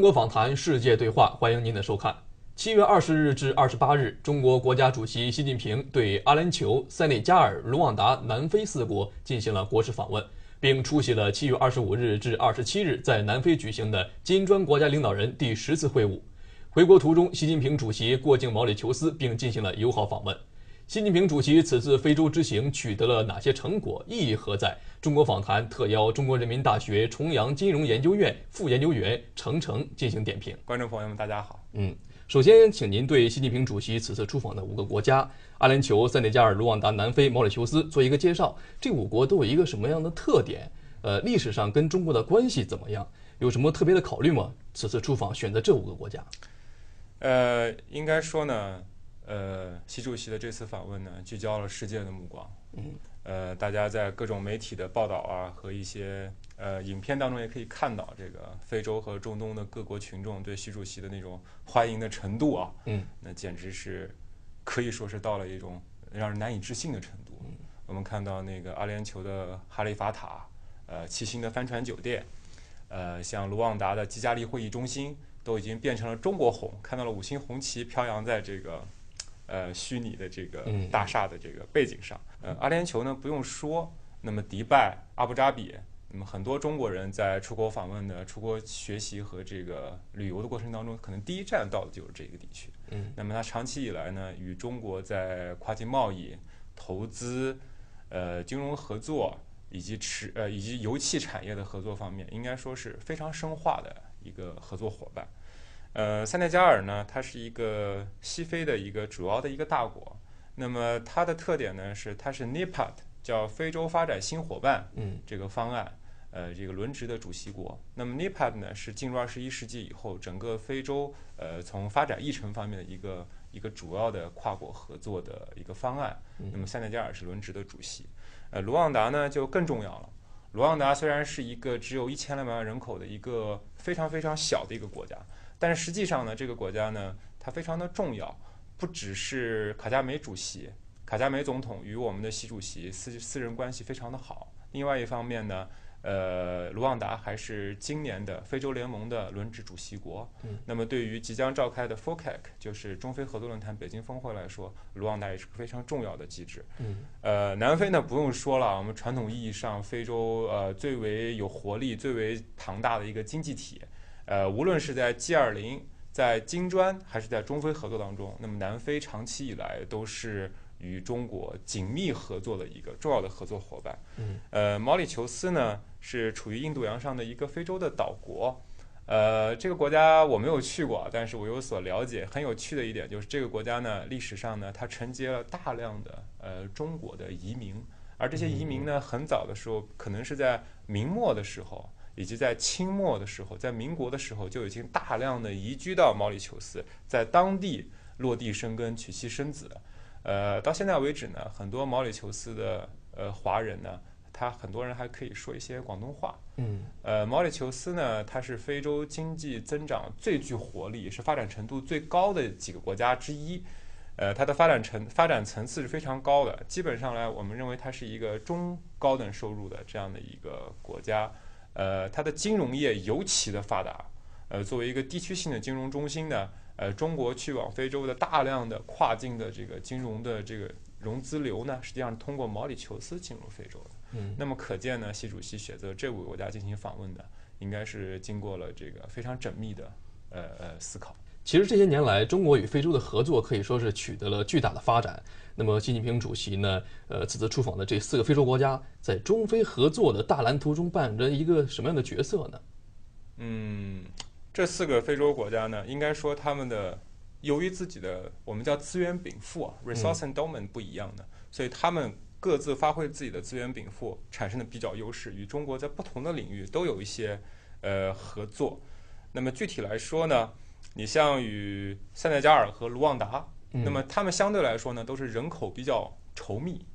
国访谈，世界对话，欢迎您的收看。7月20日至28日，中国国家主席习近平对阿联酋、塞内加尔、卢旺达、南非4国进行了国事访问，并出席了7月25日至27日在南非举行的金砖国家领导人第10次会晤。回国途中，习近平主席过境毛里求斯，并进行了友好访问。习近平主席此次非洲之行取得了哪些成果？意义何在？中国访谈特邀中国人民大学重阳金融研究院副研究员程程进行点评。 观众朋友们，大家好。 首先，请您对习近平主席此次出访的5个国家——阿联酋、塞内加尔、卢旺达、南非、毛里求斯——做一个介绍。这5国都有一个什么样的特点？历史上跟中国的关系怎么样？有什么特别的考虑吗？此次出访选择这5个国家？ 应该说呢，习主席的这次访问呢，聚焦了世界的目光。大家在各种媒体的报道啊和一些影片当中也可以看到，这个非洲和中东的各国群众对习主席的那种欢迎的程度啊，那简直是可以说是到了一种让人难以置信的程度。我们看到那个阿联酋的哈利法塔，7星的帆船酒店，像卢旺达的基加利会议中心都已经变成了中国红，看到了5星红旗飘扬在这个虚拟的这个大厦的这个背景上。阿联酋呢不用说，那么迪拜、阿布扎比，那么很多中国人在出国访问的、出国学习和这个旅游的过程当中，可能第一站到的就是这个地区。那么它长期以来呢，与中国在跨境贸易、投资、金融合作以及油气产业的合作方面，应该说是非常深化的一个合作伙伴。塞内加尔呢，它是一个西非的一个主要的一个大国。那么它的特点呢是，它是 NEPAD 叫非洲发展新伙伴这个方案，这个轮值的主席国。那么 NEPAD 呢是进入21世纪以后，整个非洲从发展议程方面的一个主要的跨国合作的一个方案。那么塞内加尔是轮值的主席。卢旺达呢就更重要了。卢旺达虽然是一个只有1200万人口的一个非常非常小的一个国家，但是实际上呢，这个国家呢，它非常的重要，不只是卡加梅主席、卡加梅总统与我们的习主席私人关系非常的好。另外一方面呢，卢旺达还是今年的非洲联盟的轮值主席国。那么对于即将召开的 FOCAC， 就是中非合作论坛北京峰会来说，卢旺达也是个非常重要的机制。南非呢不用说了，我们传统意义上非洲最为有活力、最为庞大的一个经济体。无论是在 G20、在金砖还是在中非合作当中，那么南非长期以来都是与中国紧密合作的一个重要的合作伙伴。毛里求斯呢是处于印度洋上的一个非洲的岛国。这个国家我没有去过，但是我有所了解。很有趣的一点就是，这个国家呢历史上呢它承接了大量的中国的移民，而这些移民呢很早的时候，可能是在明末的时候，以及在清末的时候，在民国的时候就已经大量的移居到毛里求斯，在当地落地生根、娶妻生子。到现在为止呢，很多毛里求斯的华人呢，他很多人还可以说一些广东话。毛里求斯呢，它是非洲经济增长最具活力，是发展程度最高的几个国家之一。它的发展层次是非常高的，基本上来我们认为它是一个中高等收入的这样的一个国家。它的金融业尤其的发达。作为一个地区性的金融中心呢，中国去往非洲的大量的跨境的这个金融的这个融资流呢，实际上是通过毛里求斯进入非洲的。那么可见呢，习主席选择这5个国家进行访问的，应该是经过了这个非常缜密的思考。 其实这些年来，中国与非洲的合作可以说是取得了巨大的发展。那么，习近平主席呢，此次出访的这4个非洲国家，在中非合作的大蓝图中扮演着一个什么样的角色呢？ 这4个非洲国家呢，应该说他们的由于自己的我们叫资源禀赋resource endowment 不一样的，所以他们各自发挥自己的资源禀赋，产生的比较优势，与中国在不同的领域都有一些合作。那么具体来说呢，你像与塞内加尔和卢旺达，那么他们相对来说呢，都是人口比较稠密，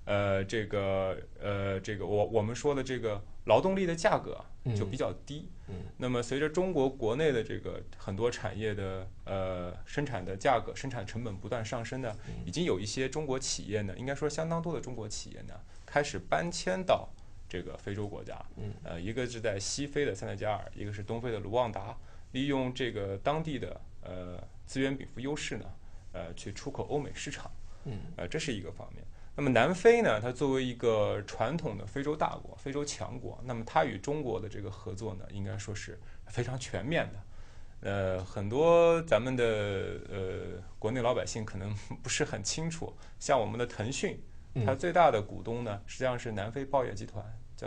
我们说的这个劳动力的价格就比较低。那么随着中国国内的这个很多产业的生产的价格、生产成本不断上升呢，已经有一些中国企业呢，应该说相当多的中国企业呢，开始搬迁到这个非洲国家。一个是在西非的塞内加尔，一个是东非的卢旺达。 利用这个当地的资源禀赋优势呢，去出口欧美市场。这是一个方面。那么南非呢，它作为一个传统的非洲大国、非洲强国，那么它与中国的这个合作呢，应该说是非常全面的。很多咱们的国内老百姓可能不是很清楚，像我们的腾讯，它最大的股东呢，实际上是南非报业集团，叫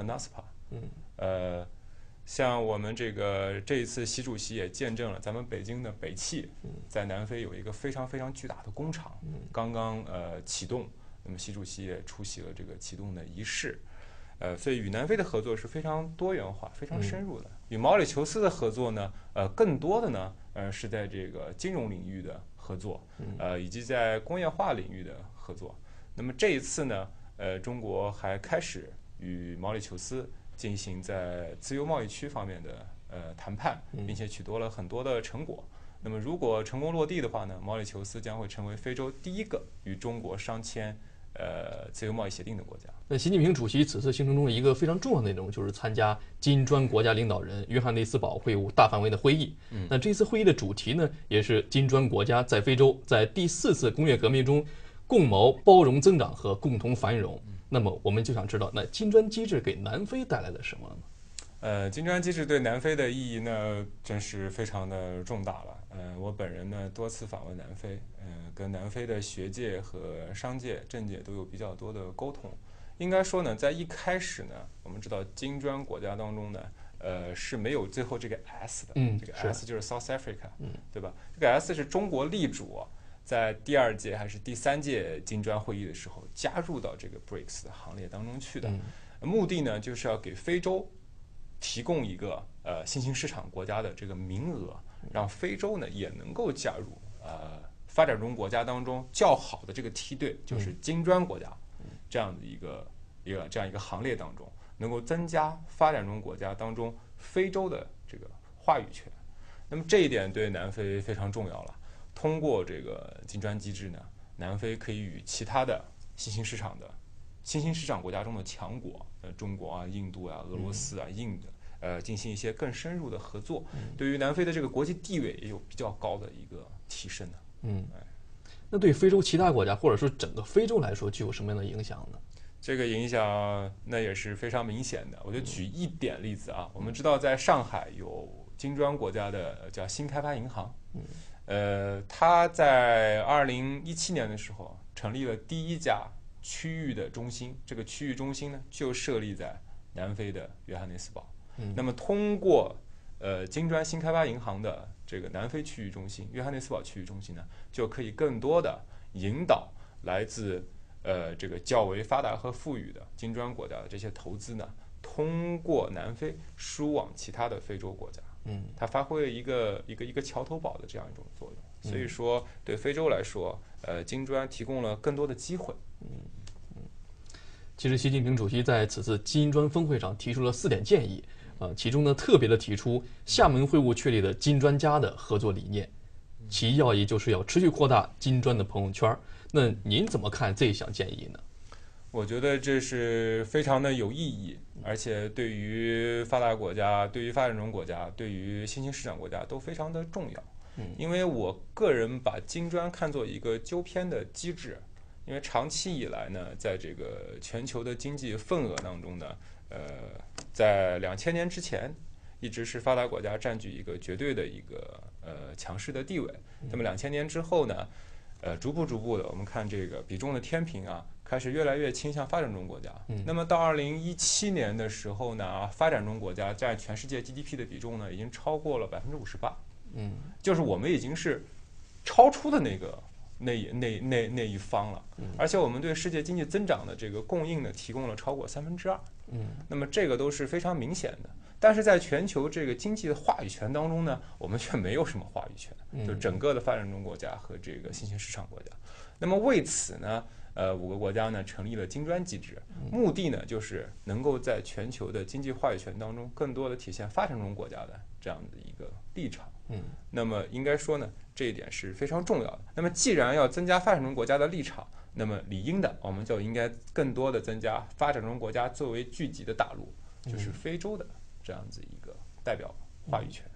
NASPA。像我们这一次习主席也见证了咱们北京的北汽在南非有一个非常非常巨大的工厂，刚刚启动，那么习主席也出席了这个启动的仪式。所以与南非的合作是非常多元化、非常深入的。与毛里求斯的合作呢，更多的呢，是在这个金融领域的合作，以及在工业化领域的合作。那么这一次呢，中国还开始与毛里求斯进行在自由贸易区方面的谈判，并且取得了很多的成果。那么如果成功落地的话呢，毛里求斯将会成为非洲第一个与中国商签自由贸易协定的国家。 那习近平主席此次行程中一个非常重要的内容就是参加金砖国家领导人约翰内斯堡会晤大范围的会议。那这次会议的主题呢，也是金砖国家在非洲在第4次工业革命中共谋包容增长和共同繁荣。那么我们就想知道，那金砖机制给南非带来了什么呢？ 金砖机制对南非的意义呢，真是非常的重大了。我本人呢多次访问南非，跟南非的学界和商界、政界都有比较多的沟通。应该说呢，在一开始呢，我们知道金砖国家当中呢，是没有最后这个 S 的，这个 S 就是 South Africa，对吧？这个 S 是中国力主在第2届还是第3届金砖会议的时候加入到这个 BRICS 的行列当中去的。目的呢，就是要给非洲提供一个新兴市场国家的这个名额，让非洲呢也能够加入发展中国家当中较好的这个梯队，就是金砖国家这样的这样一个行列当中，能够增加发展中国家当中非洲的这个话语权。那么这一点对南非非常重要了。通过这个金砖机制呢，南非可以与其他的新兴市场国家中的强国，中国啊、印度啊、俄罗斯啊、印的，进行一些更深入的合作，对于南非的这个国际地位也有比较高的一个提升的。 那对非洲其他国家或者说整个非洲来说，具有什么样的影响呢？ 这个影响那也是非常明显的。我就举一点例子啊，我们知道在上海有金砖国家的叫新开发银行。它在2017年的时候成立了第1家区域的中心，这个区域中心呢就设立在南非的约翰内斯堡。那么通过金砖新开发银行的这个南非区域中心、约翰内斯堡区域中心呢，就可以更多的引导来自这个较为发达和富裕的金砖国家的这些投资呢，通过南非输往其他的非洲国家。它发挥了一个桥头堡的这样一种作用。所以说，对非洲来说，金砖提供了更多的机会。 其实，习近平主席在此次金砖峰会上提出了4点建议，其中呢特别的提出厦门会晤确立的金砖加的合作理念，其要义就是要持续扩大金砖的朋友圈。那您怎么看这一项建议呢？ 我觉得这是非常的有意义，而且对于发达国家、对于发展中国家、对于新兴市场国家都非常的重要。因为我个人把金砖看作一个纠偏的机制，因为长期以来呢，在这个全球的经济份额当中呢，在2000年之前，一直是发达国家占据一个绝对的一个强势的地位。那么2000年之后呢，逐步的，我们看这个比重的天平啊，开始越来越倾向发展中国家。那么到2017年的时候呢，发展中国家占全世界 GDP 的比重呢，已经超过了58%。就是我们已经是超出的那一方了。而且我们对世界经济增长的这个供应呢，提供了超过2/3。那么这个都是非常明显的。但是在全球这个经济的话语权当中呢，我们却没有什么话语权，就整个的发展中国家和这个新兴市场国家。那么为此呢，5个国家呢成立了金砖机制，目的呢就是能够在全球的经济话语权当中更多的体现发展中国家的这样的一个立场。那么应该说呢，这一点是非常重要的。那么既然要增加发展中国家的立场，那么理应的我们就应该更多的增加发展中国家作为聚集的大陆，就是非洲的这样子一个代表话语权。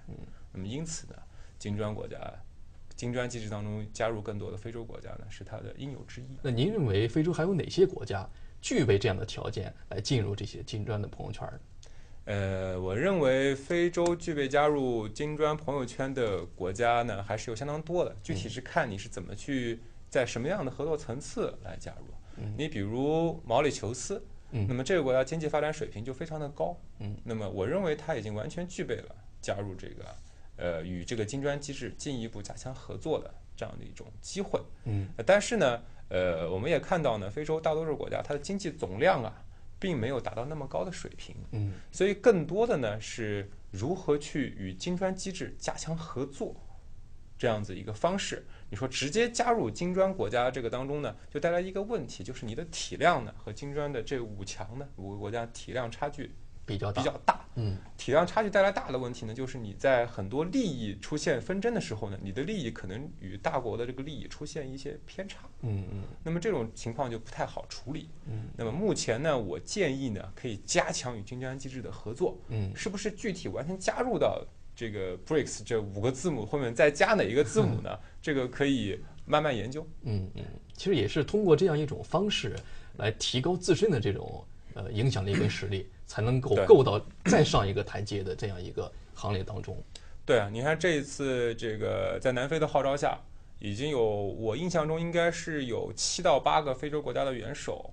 那么因此呢，金砖机制当中加入更多的非洲国家呢，是它的应有之义。 那您认为非洲还有哪些国家具备这样的条件来进入这些金砖的朋友圈呢？ 我认为非洲具备加入金砖朋友圈的国家呢，还是有相当多的。具体是看你是怎么去在什么样的合作层次来加入。你比如毛里求斯，那么这个国家经济发展水平就非常的高，那么我认为它已经完全具备了加入这个与这个金砖机制进一步加强合作的这样的一种机会。但是呢，我们也看到呢，非洲大多数国家它的经济总量啊，并没有达到那么高的水平，所以更多的呢是如何去与金砖机制加强合作这样子一个方式。你说直接加入金砖国家这个当中呢，就带来一个问题，就是你的体量呢和金砖的这5个国家体量差距比较大。体量差距带来大的问题呢，就是你在很多利益出现纷争的时候呢，你的利益可能与大国的这个利益出现一些偏差。那么这种情况就不太好处理。那么目前呢，我建议呢，可以加强与金砖机制的合作。是不是具体完全加入到这个 BRICS 这5个字母后面再加哪一个字母呢？这个可以慢慢研究。 其实也是通过这样一种方式来提高自身的这种影响力跟实力，才能够够到再上一个台阶的这样一个行列当中。 对啊，你看这一次这个在南非的号召下，已经有我印象中应该是有7到8个非洲国家的元首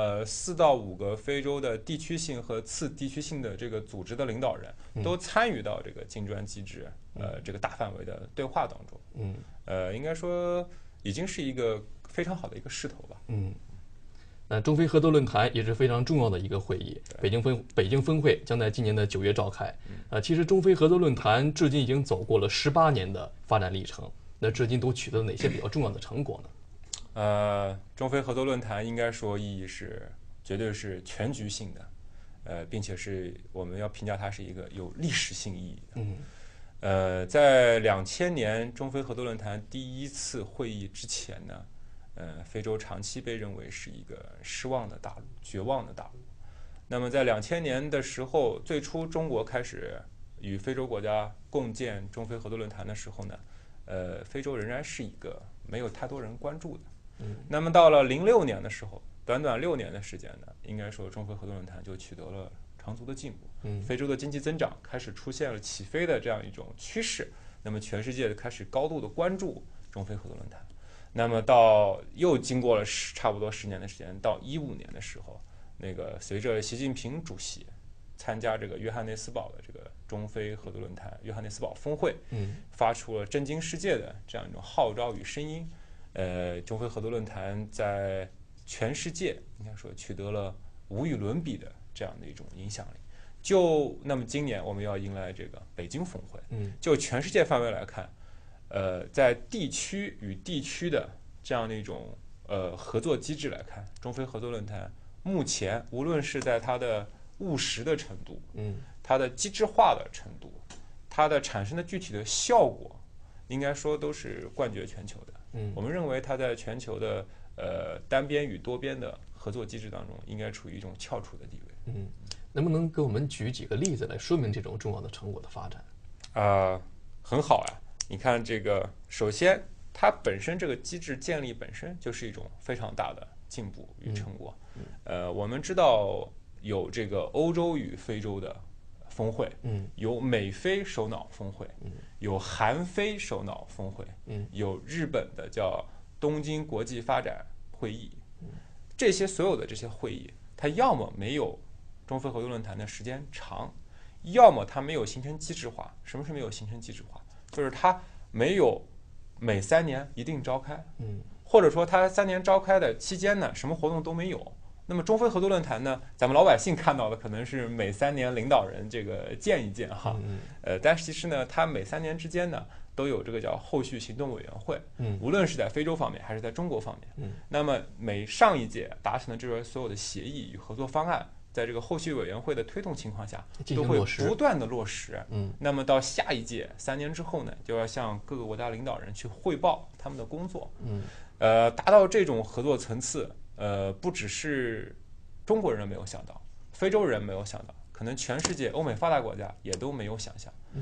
，4到5个非洲的地区性和次地区性的这个组织的领导人都参与到这个金砖机制这个大范围的对话当中。应该说已经是一个非常好的一个势头吧。 中非合作论坛也是非常重要的一个会议，北京峰会将在今年的9月召开。其实中非合作论坛至今已经走过了18年的发展历程，那至今都取得了哪些比较重要的成果呢？ 中非合作论坛应该说意义是绝对是全局性的，并且是我们要评价它是一个有历史性意义的。在2000年中非合作论坛第一次会议之前呢，非洲长期被认为是一个失望的大陆、绝望的大陆。那么在2000年的时候，最初中国开始与非洲国家共建中非合作论坛的时候呢，非洲仍然是一个没有太多人关注的。那么到了06年的时候，短短6年的时间呢，应该说中非合作论坛就取得了长足的进步。非洲的经济增长开始出现了起飞的这样一种趋势，那么全世界开始高度的关注中非合作论坛。那么又经过了差不多10年的时间，到15年的时候，那个随着习近平主席参加这个约翰内斯堡的这个中非合作论坛约翰内斯堡峰会，发出了震惊世界的这样一种号召与声音。中非合作论坛在全世界应该说取得了无与伦比的这样的一种影响力。那么今年我们要迎来这个北京峰会，就全世界范围来看，在地区与地区的这样的一种合作机制来看，中非合作论坛目前无论是在它的务实的程度，它的机制化的程度，它的产生的具体的效果，应该说都是冠绝全球的。我们认为它在全球的单边与多边的合作机制当中，应该处于一种翘楚的地位。 能不能给我们举几个例子来说明这种重要的成果的发展？ 很好呀。你看这个，首先它本身这个机制建立本身就是一种非常大的进步与成果。我们知道有这个欧洲与非洲的峰会，有美非首脑峰会，有韩非首脑峰会，有日本的叫东京国际发展会议。这些所有的这些会议，它要么没有中非合作论坛的时间长，要么它没有形成机制化。什么是没有形成机制化？就是它没有每3年一定召开，或者说它3年召开的期间呢，什么活动都没有。那么中非合作论坛呢，咱们老百姓看到的可能是每3年领导人这个见一见哈，但其实呢，它每3年之间呢，都有这个叫后续行动委员会，无论是在非洲方面还是在中国方面，那么每上一届达成的这些所有的协议与合作方案，在这个后续委员会的推动情况下，都会不断的落实。那么到下一届3年之后呢，就要向各个国家领导人去汇报他们的工作。达到这种合作层次，不只是中国人没有想到，非洲人没有想到，可能全世界欧美发达国家也都没有想象。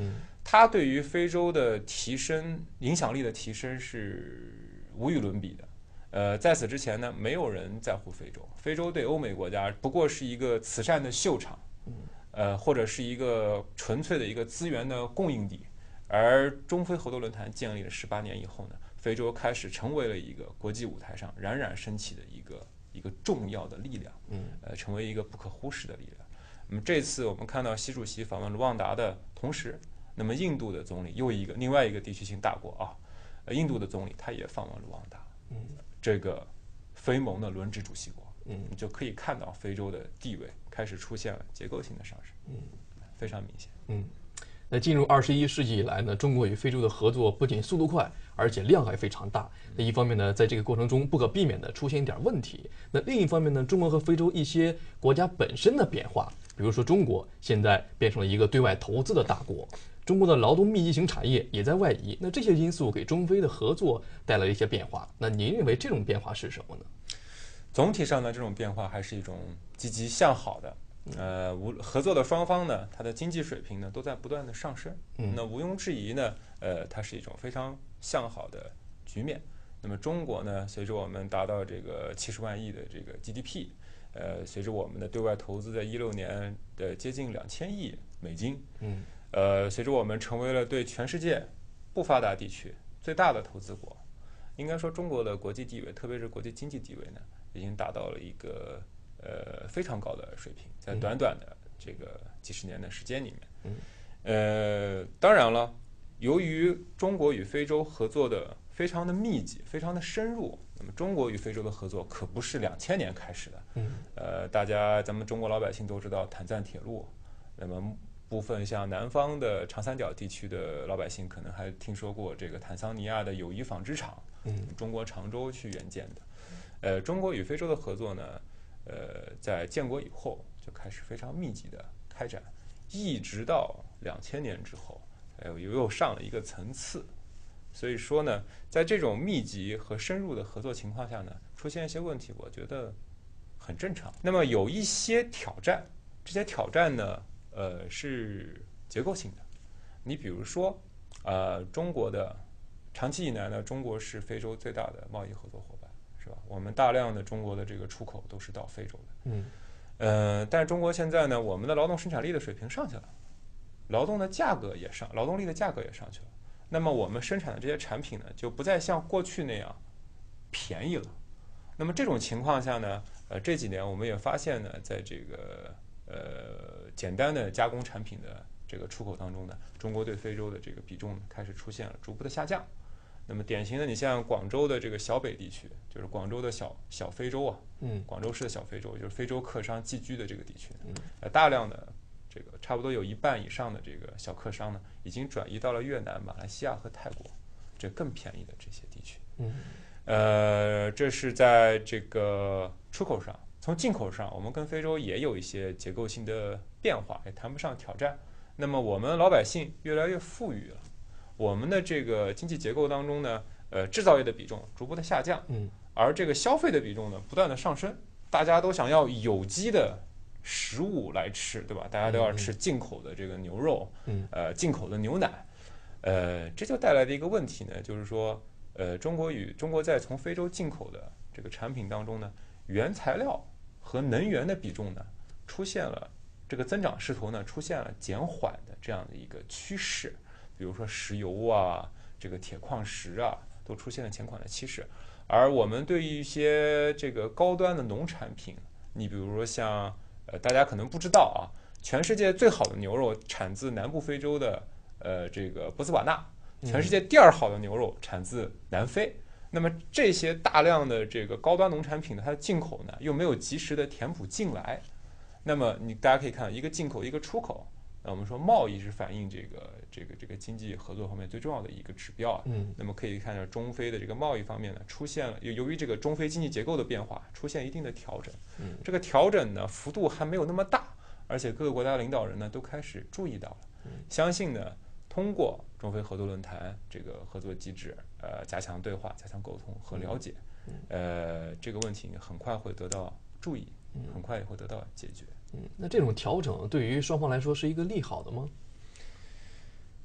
它对于非洲的提升、影响力的提升是无与伦比的。在此之前呢，没有人在乎非洲，非洲对欧美国家不过是一个慈善的秀场，或者是一个纯粹的一个资源的供应地。而中非合作论坛建立了18年以后呢，非洲开始成为了一个国际舞台上冉冉升起的一个重要的力量，成为一个不可忽视的力量。那么这次我们看到习主席访问卢旺达的同时，那么印度的总理另外一个地区性大国啊，印度的总理他也访问卢旺达，这个非盟的轮值主席国，你就可以看到非洲的地位开始出现了结构性的上升，非常明显。 那进入21世纪以来呢，中国与非洲的合作不仅速度快，而且量还非常大。那一方面呢，在这个过程中不可避免的出现一点问题。那另一方面呢，中国和非洲一些国家本身的变化，比如说中国现在变成了一个对外投资的大国，中国的劳动密集型产业也在外移。那这些因素给中非的合作带来了一些变化。那您认为这种变化是什么呢？ 总体上呢，这种变化还是一种积极向好的。合作的双方呢，它的经济水平呢都在不断的上升。那毋庸置疑呢，它是一种非常向好的局面。那么中国呢，随着我们达到这个70万亿的这个 GDP，随着我们的对外投资在16年的接近2000亿美金，随着我们成为了对全世界不发达地区最大的投资国，应该说中国的国际地位，特别是国际经济地位呢，已经达到了一个非常高的水平，在短短的这个几十年的时间里面，当然了，由于中国与非洲合作的非常的密集，非常的深入，那么中国与非洲的合作可不是2000年开始的，咱们中国老百姓都知道坦赞铁路，那么部分像南方的长三角地区的老百姓可能还听说过这个坦桑尼亚的友谊纺织厂，中国常州去援建的，中国与非洲的合作呢，在建国以后就开始非常密集的开展，一直到2000年之后，又上了一个层次。所以说呢，在这种密集和深入的合作情况下呢，出现一些问题，我觉得很正常。那么有一些挑战，这些挑战呢，是结构性的。你比如说，中国的长期以来呢，中国是非洲最大的贸易合作伙伴。是吧？我们大量的中国的这个出口都是到非洲的，但是中国现在呢，我们的劳动生产力的水平上去了，劳动力的价格也上去了。那么我们生产的这些产品呢，就不再像过去那样便宜了。那么这种情况下呢，这几年我们也发现呢，在这个简单的加工产品的这个出口当中呢，中国对非洲的这个比重开始出现了逐步的下降。那么典型的，你像广州的这个小北地区，就是广州的小非洲啊，广州市的小非洲，就是非洲客商寄居的这个地区，大量的这个差不多有1半以上的这个小客商呢，已经转移到了越南、马来西亚和泰国这更便宜的这些地区。这是在这个出口上，从进口上，我们跟非洲也有一些结构性的变化，也谈不上挑战。那么我们老百姓越来越富裕了。我们的这个经济结构当中呢，制造业的比重逐步的下降，而这个消费的比重呢不断的上升，大家都想要有机的食物来吃，对吧？大家都要吃进口的这个牛肉，进口的牛奶，这就带来的一个问题呢，就是说，中国在从非洲进口的这个产品当中呢，原材料和能源的比重呢出现了这个增长势头呢出现了减缓的这样的一个趋势。比如说石油啊，这个铁矿石啊，都出现了减缓的趋势。而我们对于一些这个高端的农产品，你比如说像大家可能不知道啊，全世界最好的牛肉产自南部非洲的这个博茨瓦纳，全世界第2好的牛肉产自南非。那么这些大量的这个高端农产品呢，它的进口呢又没有及时的填补进来。那么大家可以看一个进口一个出口。那我们说贸易是反映这个经济合作方面最重要的一个指标啊。那么可以看到中非的这个贸易方面呢，出现了由于这个中非经济结构的变化，出现一定的调整。这个调整呢幅度还没有那么大，而且各个国家领导人呢都开始注意到了。相信呢，通过中非合作论坛这个合作机制，加强对话、加强沟通和了解，这个问题很快会得到注意，很快也会得到解决。解决。嗯，那这种调整对于双方来说是一个利好的吗？ 那这种调整对于双方来说是一个利好的吗？ 嗯， 嗯， 那这种调整对于双方来说是一个利好的吗？ 嗯， 那这种调整对于双方来说是一个利好的吗？ 嗯， 那这种调整对于双方来说是一个利好的吗？ 嗯， 那这种调整对于双方来说是一个利好的吗？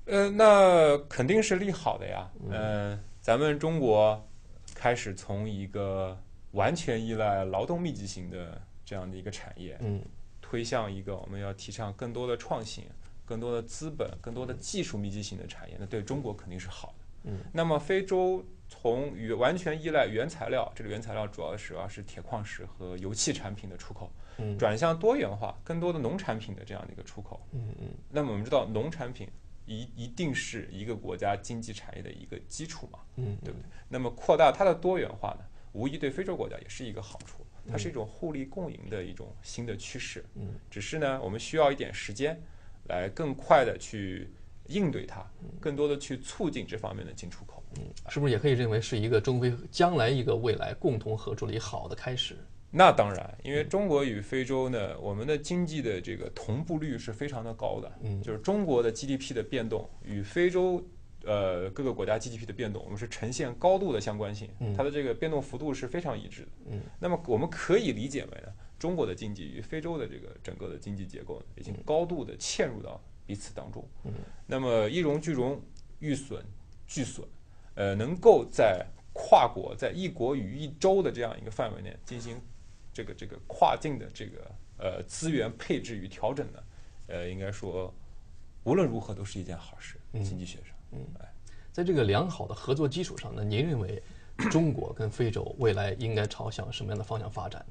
那肯定是利好的呀。咱们中国开始从一个完全依赖劳动密集型的这样的一个产业，推向一个我们要提倡更多的创新、更多的资本、更多的技术密集型的产业，那对中国肯定是好的。那么非洲从完全依赖原材料，这个原材料主要是铁矿石和油气产品的出口，转向多元化、更多的农产品的这样的一个出口。那么我们知道，农产品一定是一个国家经济产业的一个基础嘛，对不对？那么扩大它的多元化呢，无疑对非洲国家也是一个好处，它是一种互利共赢的一种新的趋势。只是呢，我们需要一点时间来更快的去应对它，更多的去促进这方面的进出口。 是不是也可以认为是一个中非将来一个未来共同合作的一个好的开始？ 那当然，因为中国与非洲呢，我们的经济的这个同步率是非常的高的，就是中国的 GDP 的变动与非洲各个国家 GDP 的变动，我们是呈现高度的相关性，它的这个变动幅度是非常一致的。那么我们可以理解为呢，中国的经济与非洲的这个整个的经济结构已经高度的嵌入到彼此当中。那么一荣俱荣，愈损俱损，能够在跨国在一国与一州的这样一个范围内进行这个跨境的这个资源配置与调整呢，应该说无论如何都是一件好事，经济学上。 在这个良好的合作基础上呢，您认为中国跟非洲未来应该朝向什么样的方向发展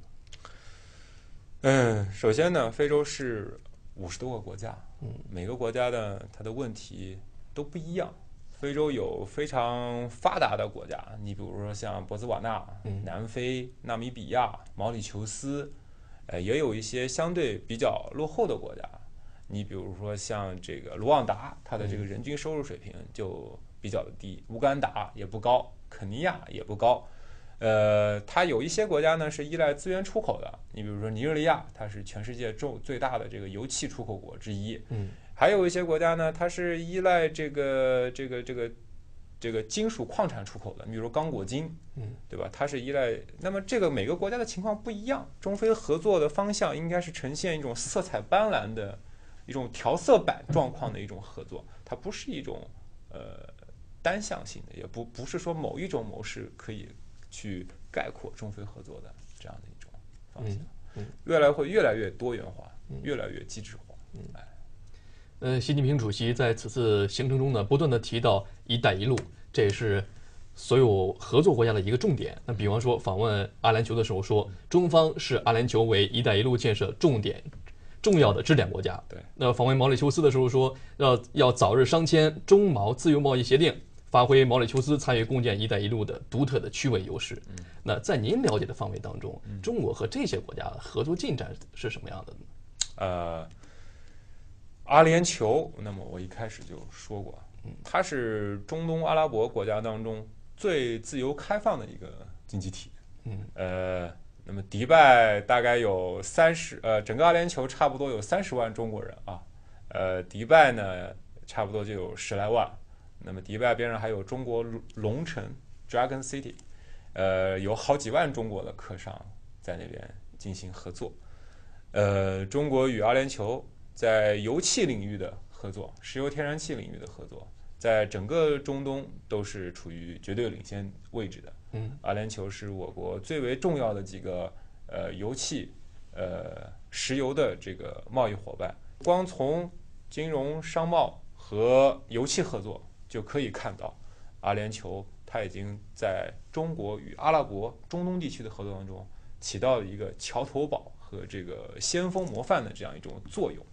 呢？首先呢，非洲是50多个国家，每个国家呢它的问题都不一样。非洲有非常发达的国家，你比如说像博茨瓦纳、南非、纳米比亚、毛里求斯，也有一些相对比较落后的国家，你比如说像这个卢旺达，它的这个人均收入水平就比较的低，乌干达也不高，肯尼亚也不高。它有一些国家呢是依赖资源出口的，你比如说尼日利亚，它是全世界最大的这个油气出口国之一。还有一些国家呢，它是依赖这个金属矿产出口的，比如刚果金，对吧？它是依赖。那么这个每个国家的情况不一样，中非合作的方向应该是呈现一种色彩斑斓的一种调色板状况的一种合作，它不是一种单向性的，也不是说某一种模式可以去概括中非合作的这样的一种方向。会越来越多元化，越来越机制化。 习近平主席在此次行程中呢，不断的提到“一带一路”，这也是所有合作国家的一个重点。那比方说访问阿联酋的时候说，中方视阿联酋为“一带一路”建设重要的支点国家。 对。 那访问毛里求斯的时候说，要早日商签中毛自由贸易协定，发挥毛里求斯参与共建“一带一路”的独特的区位优势。那在您了解的范围当中，中国和这些国家的合作进展是什么样的呢？ 阿联酋，那么我一开始就说过，它是中东阿拉伯国家当中最自由开放的一个经济体。那么迪拜大概有整个阿联酋差不多有30万中国人啊。迪拜呢，差不多就有10来万。那么迪拜边上还有中国龙城 Dragon City，有好几万中国的客商在那边进行合作。中国与阿联酋在油气领域的合作，石油天然气领域的合作，在整个中东都是处于绝对领先位置的。阿联酋是我国最为重要的几个油气、石油的这个贸易伙伴。光从金融、商贸和油气合作就可以看到，阿联酋它已经在中国与阿拉伯中东地区的合作当中起到了一个桥头堡和这个先锋模范的这样一种作用。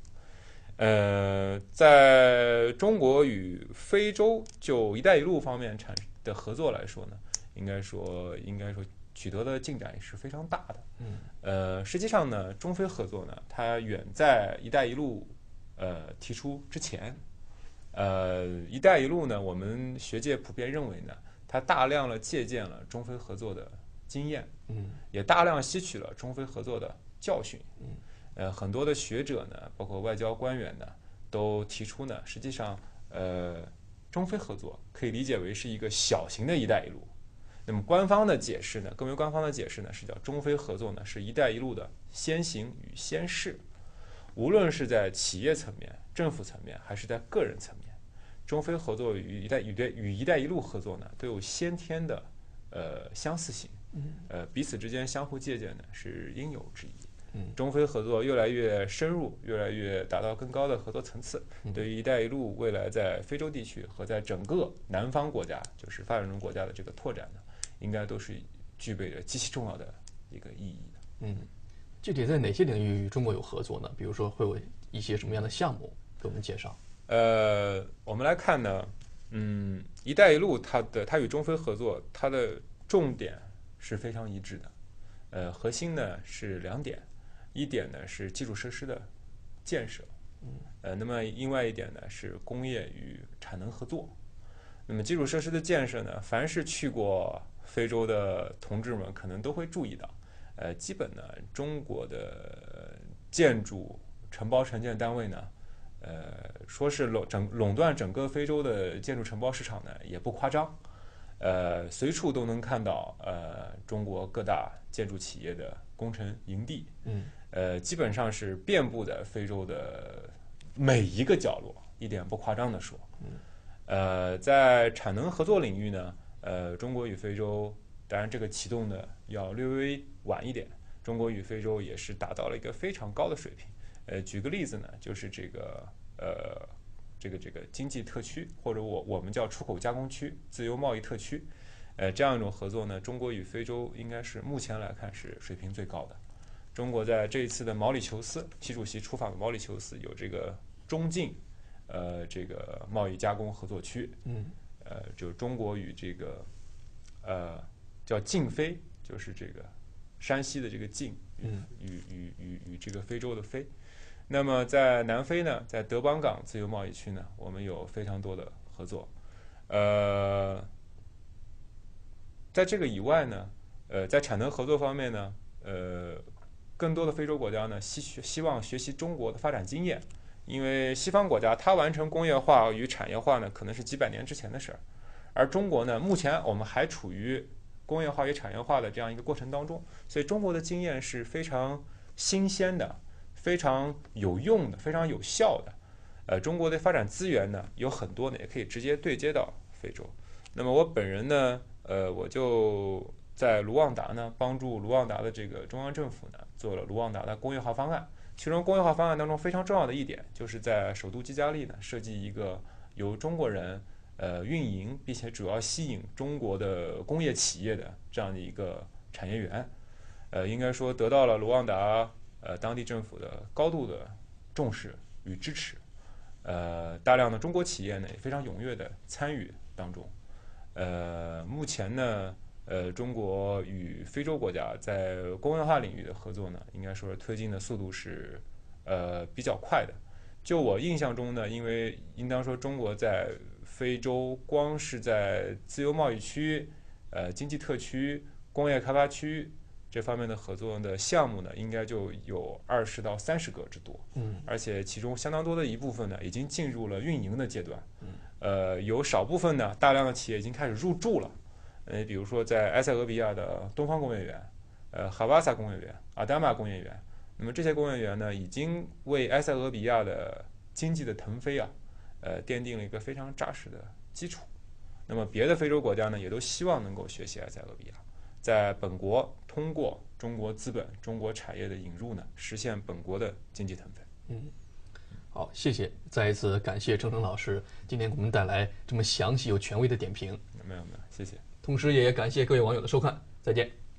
在中国与非洲就“一带一路”方面的合作来说呢，应该说取得的进展也是非常大的。实际上呢，中非合作呢，它远在“一带一路”提出之前。“一带一路”呢，我们学界普遍认为呢，它大量的借鉴了中非合作的经验，也大量吸取了中非合作的教训。很多的学者呢，包括外交官员呢，都提出呢，实际上，中非合作可以理解为是一个小型的“一带一路”。那么官方的解释呢，更为官方的解释呢，是叫中非合作呢是“一带一路”的先行与先试。无论是在企业层面、政府层面，还是在个人层面， 中非合作与“一带一路”合作呢，都有先天的相似性，彼此之间相互借鉴呢是应有之义。中非合作越来越深入，越来越达到更高的合作层次，对于“一带一路”未来在非洲地区和在整个南方国家，就是发展中国家的这个拓展呢，应该都是具备着极其重要的一个意义的。 具体在哪些领域与中国有合作呢？比如说会有一些什么样的项目给我们介绍？ 我们来看呢，“一带一路”它与中非合作，它的重点是非常一致的，核心呢是2点。一点呢是基础设施的建设，那么另外一点呢是工业与产能合作。那么基础设施的建设呢，凡是去过非洲的同志们可能都会注意到，基本呢中国的建筑承包承建单位呢，说是垄断整个非洲的建筑承包市场呢也不夸张，随处都能看到中国各大建筑企业的工程营地，基本上是遍布在非洲的每一个角落，一点不夸张的说。在产能合作领域呢，中国与非洲，当然这个启动的要略微晚一点，中国与非洲也是达到了一个非常高的水平。举个例子呢，就是这个经济特区，或者我们叫出口加工区、自由贸易特区，这样一种合作呢，中国与非洲应该是目前来看是水平最高的。中国在这一次的毛里求斯，习主席出访的毛里求斯有这个中晋，这个贸易加工合作区，就是中国与这个叫晋非，就是这个山西的这个晋，与这个非洲的非。那么在南非呢，在德邦港自由贸易区呢，我们有非常多的合作。在这个以外呢，在产能合作方面呢，更多的非洲国家呢希望学习中国的发展经验，因为西方国家它完成工业化与产业化呢，可能是几百年之前的事儿，而中国呢，目前我们还处于工业化与产业化的这样一个过程当中，所以中国的经验是非常新鲜的、非常有用的、非常有效的。中国的发展资源呢有很多呢，也可以直接对接到非洲。那么我本人呢，我就在卢旺达呢，帮助卢旺达的这个中央政府呢，做了卢旺达的工业化方案。其中工业化方案当中非常重要的一点，就是在首都基加利呢，设计一个由中国人运营，并且主要吸引中国的工业企业的这样的一个产业园。应该说得到了卢旺达当地政府的高度的重视与支持。大量的中国企业呢也非常踊跃的参与当中。目前呢，中国与非洲国家在工业化领域的合作呢，应该说是推进的速度是比较快的。就我印象中呢，因为应当说中国在非洲光是在自由贸易区、经济特区、工业开发区这方面的合作的项目呢，应该就有20到30个之多。而且其中相当多的一部分呢，已经进入了运营的阶段。有少部分呢，大量的企业已经开始入驻了。比如说在埃塞俄比亚的东方工业园、哈瓦萨工业园、阿达玛工业园，那么这些工业园呢，已经为埃塞俄比亚的经济的腾飞奠定了一个非常扎实的基础。那么别的非洲国家呢，也都希望能够学习埃塞俄比亚，在本国通过中国资本、中国产业的引入呢，实现本国的经济腾飞。 好，谢谢，再一次感谢程程老师今天给我们带来这么详细又权威的点评。 没有，谢谢。 同时也感谢各位网友的收看，再见。